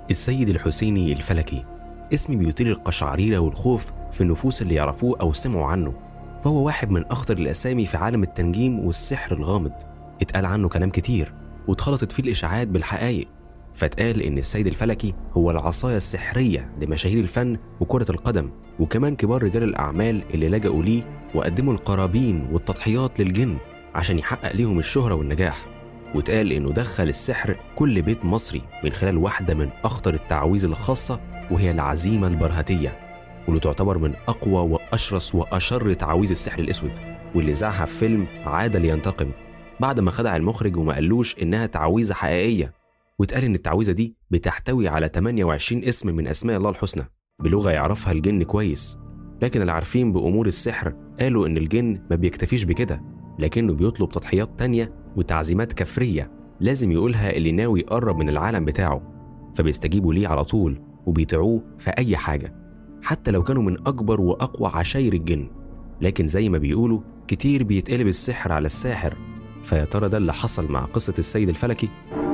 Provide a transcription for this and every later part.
السيد الحسيني الفلكي اسم بيثير القشعريرة والخوف في النفوس اللي يعرفوه أو سمعوا عنه، فهو واحد من أخطر الأسامي في عالم التنجيم والسحر الغامض. اتقال عنه كلام كتير واتخلطت فيه الإشاعات بالحقائق، فاتقال إن السيد الفلكي هو العصاية السحرية لمشاهير الفن وكرة القدم، وكمان كبار رجال الأعمال اللي لجأوا ليه وقدموا القرابين والتضحيات للجن عشان يحقق ليهم الشهرة والنجاح. واتقال إنه دخل السحر كل بيت مصري من خلال واحدة من أخطر التعاويذ الخاصة، وهي العزيمة البرهتية، واللي تعتبر من أقوى وأشرس وأشر تعاويذ السحر الأسود، واللي ذاعها في فيلم عاد لينتقم بعد ما خدع المخرج وما قالوش إنها تعويذة حقيقية. واتقال إن التعويذة دي بتحتوي على 28 اسم من أسماء الله الحسنى بلغة يعرفها الجن كويس، لكن العارفين بأمور السحر قالوا إن الجن ما بيكتفيش بكده، لكنه بيطلب تضحيات تانية وتعزيمات كفرية لازم يقولها اللي ناوي يقرب من العالم بتاعه، فبيستجيبوا ليه على طول وبيطيعوه في أي حاجة حتى لو كانوا من أكبر وأقوى عشاير الجن. لكن زي ما بيقولوا كتير بيتقلب السحر على الساحر، فيا ترى ده اللي حصل مع قصة السيد الفلكي؟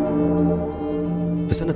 في سنة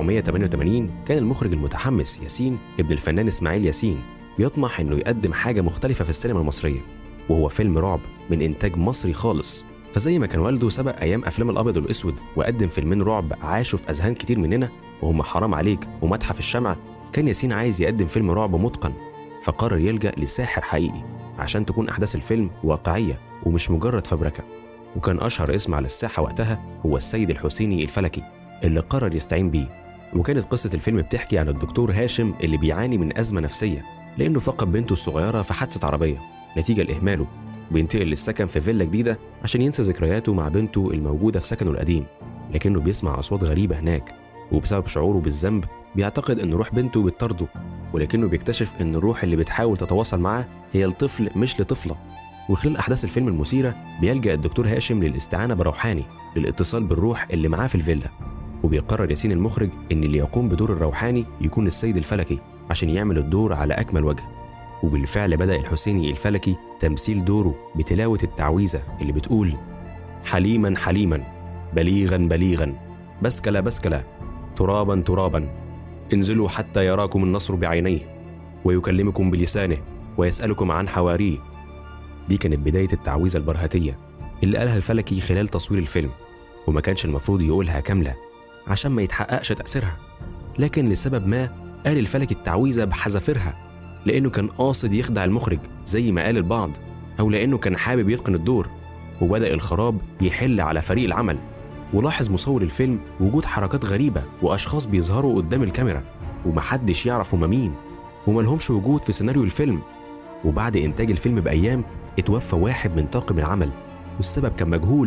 1988 كان المخرج المتحمس ياسين ابن الفنان إسماعيل ياسين بيطمح إنه يقدم حاجة مختلفة في السينما المصرية، وهو فيلم رعب من إنتاج مصري خالص. فزي ما كان والده سبق أيام أفلام الأبيض والأسود وقدم فيلمين رعب عاشوا في أذهان كتير مننا وهم حرام عليك ومتحف الشمع، كان ياسين عايز يقدم فيلم رعب متقن، فقرر يلجأ لساحر حقيقي عشان تكون أحداث الفيلم واقعية ومش مجرد فبركة. وكان أشهر اسم على الساحة وقتها هو السيد الحسيني الفلكي اللي قرر يستعين بيه. وكانت قصة الفيلم بتحكي عن الدكتور هاشم اللي بيعاني من أزمة نفسية لأنه فقد بنته الصغيرة في حادثة عربية نتيجة لإهماله، بينتقل للسكن في فيلا جديدة عشان ينسى ذكرياته مع بنته الموجودة في سكنه القديم، لكنه بيسمع أصوات غريبة هناك، وبسبب شعوره بالذنب بيعتقد إن روح بنته بتطارده، ولكنه بيكتشف إن الروح اللي بتحاول تتواصل معاه هي لطفل مش لطفلة. وخلال أحداث الفيلم المثيرة بيلجأ الدكتور هاشم للاستعانة بروحاني للاتصال بالروح اللي معاه في الفيلا، وبيقرر ياسين المخرج إن اللي يقوم بدور الروحاني يكون السيد الفلكي عشان يعمل الدور على أكمل وجه. وبالفعل بدأ الحسيني الفلكي تمثيل دوره بتلاوة التعويذة اللي بتقول: حليما حليما، بليغا بليغا، بسكلا بسكلا، ترابا ترابا، انزلوا حتى يراكم النصر بعينيه ويكلمكم بلسانه ويسألكم عن حواريه. دي كانت بداية التعويذة البرهتية اللي قالها الفلكي خلال تصوير الفيلم، وما كانش المفروض يقولها كاملة عشان ما يتحققش تأثيرها، لكن لسبب ما قال الفلكي التعويذة بحذافيرها، لأنه كان قاصد يخدع المخرج زي ما قال البعض، أو لأنه كان حابب يتقن الدور. وبدأ الخراب يحل على فريق العمل، ولاحظ مصور الفيلم وجود حركات غريبة وأشخاص بيظهروا قدام الكاميرا ومحدش يعرف هما مين وملهمش وجود في سيناريو الفيلم. وبعد إنتاج الفيلم بأيام اتوفى واحد من طاقم العمل والسبب كان مجهول.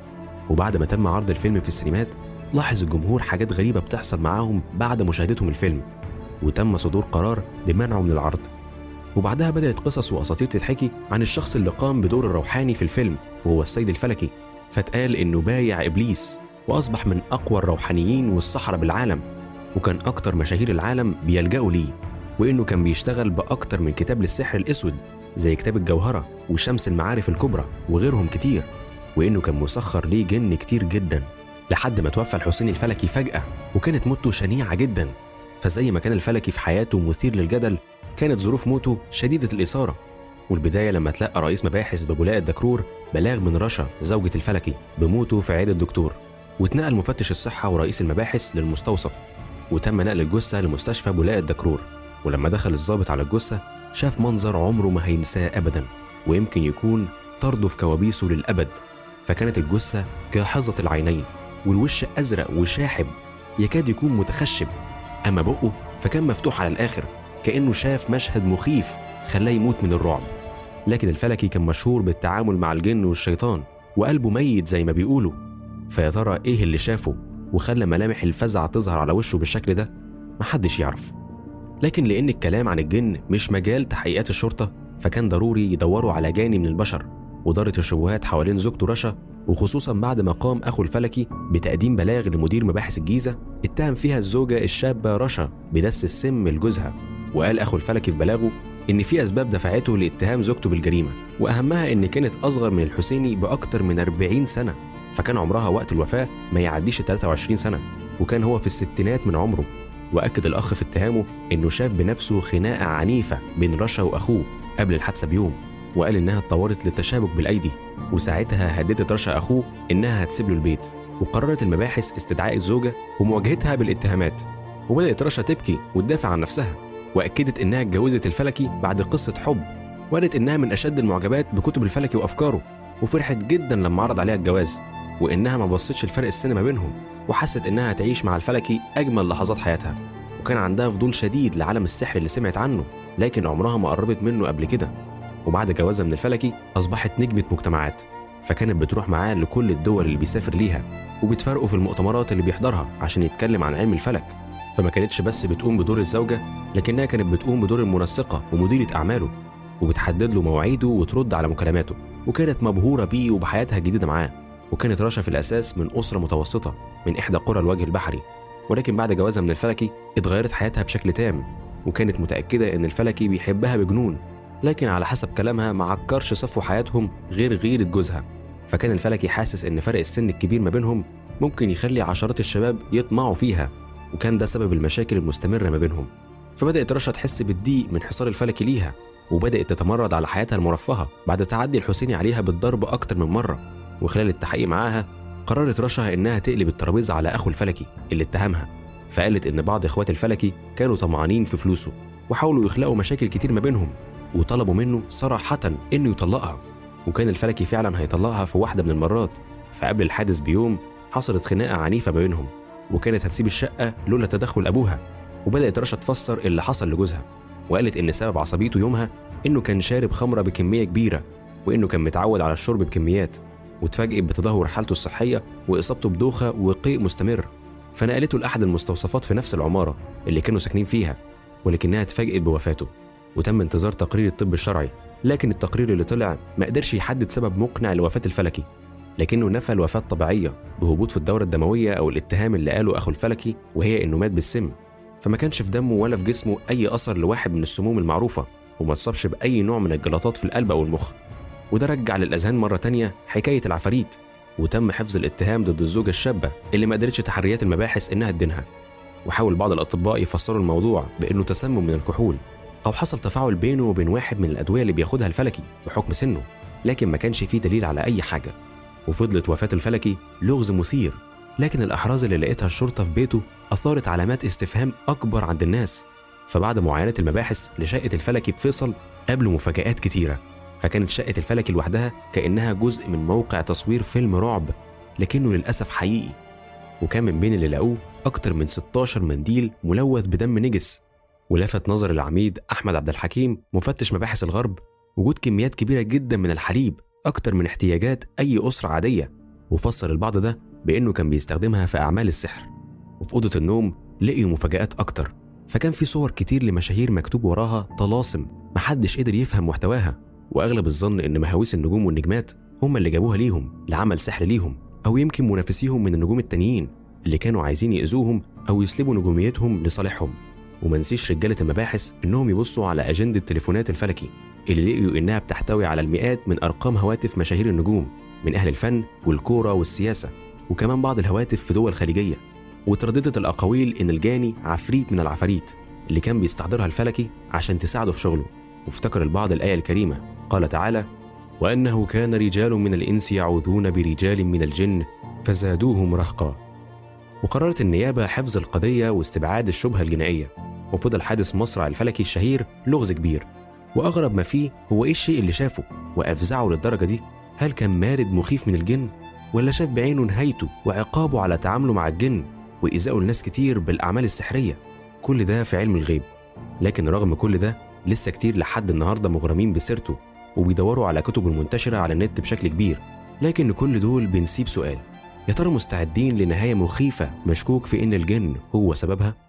وبعد ما تم عرض الفيلم في السينمات لاحظ الجمهور حاجات غريبة بتحصل معاهم بعد مشاهدتهم الفيلم، وتم صدور قرار بمنعه من العرض. وبعدها بدأت قصص وأساطير تتحكي عن الشخص اللي قام بدور الروحاني في الفيلم وهو السيد الفلكي، فاتقال إنه بايع إبليس وأصبح من أقوى الروحانيين والسحرة بالعالم، وكان أكتر مشاهير العالم بيلجأوا ليه، وإنه كان بيشتغل بأكتر من كتاب للسحر الأسود زي كتاب الجوهرة وشمس المعارف الكبرى وغيرهم كتير، وإنه كان مسخر ليه جن كتير جدا لحد ما توفى الحسيني الفلكي فجأة، وكانت موته شنيعة جدا. فزي ما كان الفلكي في حياته مثير للجدل، كانت ظروف موته شديدة الإثارة. والبداية لما تلقى رئيس مباحث ببولاء الدكرور بلاغ من رشا زوجة الفلكي بموته في عيادة الدكتور، واتنقل مفتش الصحة ورئيس المباحث للمستوصف، وتم نقل الجثة لمستشفى بولاء الدكرور. ولما دخل الضابط على الجثة شاف منظر عمره ما هينساه أبدا، ويمكن يكون طرده في كوابيسه للأبد. فكانت الجثة جاحظة العينين والوش أزرق وشاحب يكاد يكون متخشب، أما بقه فكان مفتوح على الآخر كأنه شاف مشهد مخيف خلاه يموت من الرعب. لكن الفلكي كان مشهور بالتعامل مع الجن والشيطان وقلبه ميت زي ما بيقولوا، فيا ترى إيه اللي شافه وخلى ملامح الفزع تظهر على وشه بالشكل ده؟ محدش يعرف. لكن لأن الكلام عن الجن مش مجال تحقيقات الشرطة، فكان ضروري يدوروا على جاني من البشر، ودارت الشبهات حوالين زوجته رشا، وخصوصا بعد ما قام أخو الفلكي بتقديم بلاغ لمدير مباحث الجيزة اتهم فيها الزوجة الشابة رشا بدس السم لجوزها. وقال أخو الفلكي في بلاغه إن في أسباب دفعته لاتهام زوجته بالجريمة، وأهمها إن كانت أصغر من الحسيني بأكتر من 40 سنة، فكان عمرها وقت الوفاة ما يعديش 23 سنة، وكان هو في الستينات من عمره. وأكد الأخ في اتهامه إنه شاف بنفسه خناقة عنيفة بين رشا وأخوه قبل الحادثة بيوم، وقال إنها اتطورت للتشابك بالأيدي، وساعتها هددت رشا أخوه إنها هتسيب له البيت. وقررت المباحث استدعاء الزوجة ومواجهتها بالاتهامات، وبدأت رشا تبكي وتدافع عن نفسها، وأكدت إنها اتجوزت الفلكي بعد قصة حب، وقالت إنها من أشد المعجبات بكتب الفلكي وأفكاره، وفرحت جدا لما عرض عليها الجواز، وإنها ما بصتش الفرق السن ما بينهم، وحست إنها هتعيش مع الفلكي أجمل لحظات حياتها. وكان عندها فضول شديد لعالم السحر اللي سمعت عنه، لكن عمرها ما قربت منه قبل كده. وبعد جوازها من الفلكي أصبحت نجمة مجتمعات، فكانت بتروح معاه لكل الدول اللي بيسافر ليها، وبتفارقه في المؤتمرات اللي بيحضرها عشان يتكلم عن علم الفلك. فما كانتش بس بتقوم بدور الزوجة، لكنها كانت بتقوم بدور المنسقة ومديرة أعماله، وبتحدد له مواعيده وترد على مكالماته، وكانت مبهورة بيه وبحياتها الجديدة معاه. وكانت رشا في الأساس من أسرة متوسطة من إحدى قرى الوجه البحري، ولكن بعد جوازها من الفلكي اتغيرت حياتها بشكل تام، وكانت متأكدة إن الفلكي بيحبها بجنون، لكن على حسب كلامها ما عكرش صفو حياتهم غير غيرة جوزها. فكان الفلكي حاسس إن فرق السن الكبير ما بينهم ممكن يخلي عشرات الشباب يطمعوا فيها، وكان ده سبب المشاكل المستمرة ما بينهم. فبدأت رشا تحس بالضيق من حصار الفلكي ليها، وبدأت تتمرد على حياتها المرفهة بعد تعدي الحسيني عليها بالضرب أكتر من مرة. وخلال التحقيق معاها قررت رشا إنها تقلب الترابيزة على أخو الفلكي اللي اتهمها، فقالت إن بعض إخوات الفلكي كانوا طمعانين في فلوسه، وحاولوا يخلقوا مشاكل كتير ما بينهم، وطلبوا منه صراحة إنه يطلقها. وكان الفلكي فعلا هيطلقها في واحدة من المرات، فقبل الحادث بيوم حصلت خناقة عنيفة ما بينهم، وكانت هتسيب الشقة لولا تدخل أبوها. وبدأت رشا تفسر اللي حصل لجوزها، وقالت إن سبب عصبيته يومها إنه كان شارب خمرة بكمية كبيرة، وإنه كان متعود على الشرب بكميات، وتفاجئت بتدهور حالته الصحية وإصابته بدوخة وقيء مستمر، فنقلته لأحد المستوصفات في نفس العمارة اللي كانوا ساكنين فيها، ولكنها اتفاجئت بوفاته. وتم انتظار تقرير الطب الشرعي، لكن التقرير اللي طلع ما قدرش يحدد سبب مقنع لوفاة الفلكي، لكنه نفى الوفاة طبيعية بهبوط في الدورة الدموية أو الاتهام اللي قاله أخو الفلكي، وهي إنه مات بالسم. فما كانش في دمه ولا في جسمه أي أثر لواحد من السموم المعروفة، وما اتصابش بأي نوع من الجلطات في القلب أو المخ. وده رجع للأذهان مرة تانية حكاية العفاريت، وتم حفظ الاتهام ضد الزوجة الشابة اللي ما قدرتش تحريات المباحث إنها تدينها. وحاول بعض الأطباء يفسروا الموضوع بإنه تسمم من الكحول، أو حصل تفاعل بينه وبين واحد من الأدوية اللي بياخدها الفلكي بحكم سنه، لكن ما كانش فيه دليل على أي حاجة. وفضلت وفاة الفلكي لغز مثير، لكن الأحراز اللي لقيتها الشرطة في بيته أثارت علامات استفهام أكبر عند الناس. فبعد معاينة المباحث لشقة الفلكي بفيصل قابلوا مفاجآت كتيرة، فكانت شقة الفلكي لوحدها كأنها جزء من موقع تصوير فيلم رعب، لكنه للأسف حقيقي. وكان من بين اللي لقوه أكتر من 16 منديل ملوث بدم نجس. ولفت نظر العميد أحمد عبد الحكيم مفتش مباحث الغرب وجود كميات كبيرة جدا من الحليب أكتر من احتياجات أي أسرة عادية، وفسر البعض ده بأنه كان بيستخدمها في أعمال السحر. وفي أوضة النوم لقيوا مفاجآت أكتر، فكان في صور كتير لمشاهير مكتوب وراها طلاسم محدش قدر يفهم محتواها، وأغلب الظن إن مهاويس النجوم والنجمات هم اللي جابوها ليهم لعمل سحر ليهم، أو يمكن منافسيهم من النجوم التانيين اللي كانوا عايزين يأذوهم أو يسلبوا نجوميتهم لصالحهم. ومنسيش رجالة المباحث إنهم يبصوا على أجندة تليفونات الفلكي اللي لقيوا إنها بتحتوي على المئات من أرقام هواتف مشاهير النجوم من أهل الفن والكورة والسياسة، وكمان بعض الهواتف في دول خليجية. وترددت الأقاويل إن الجاني عفريت من العفاريت اللي كان بيستحضرها الفلكي عشان تساعده في شغله. وافتكر البعض الآية الكريمة قال تعالى: وأنه كان رجال من الإنس يعوذون برجال من الجن فزادوهم رهقا. وقررت النيابة حفظ القضية واستبعاد الشبهة الجنائية، وفضل حادث مصرع الفلكي الشهير لغز كبير. وأغرب ما فيه هو إيه الشيء اللي شافه وأفزعه للدرجة دي؟ هل كان مارد مخيف من الجن، ولا شاف بعينه نهايته وعقابه على تعامله مع الجن وإيذائه الناس كتير بالأعمال السحرية؟ كل ده في علم الغيب، لكن رغم كل ده لسه كتير لحد النهاردة مغرمين بسيرته وبيدوروا على كتب المنتشرة على النت بشكل كبير. لكن كل دول بنسيب سؤال: يا ترى مستعدين لنهاية مخيفة مشكوك في إن الجن هو سببها؟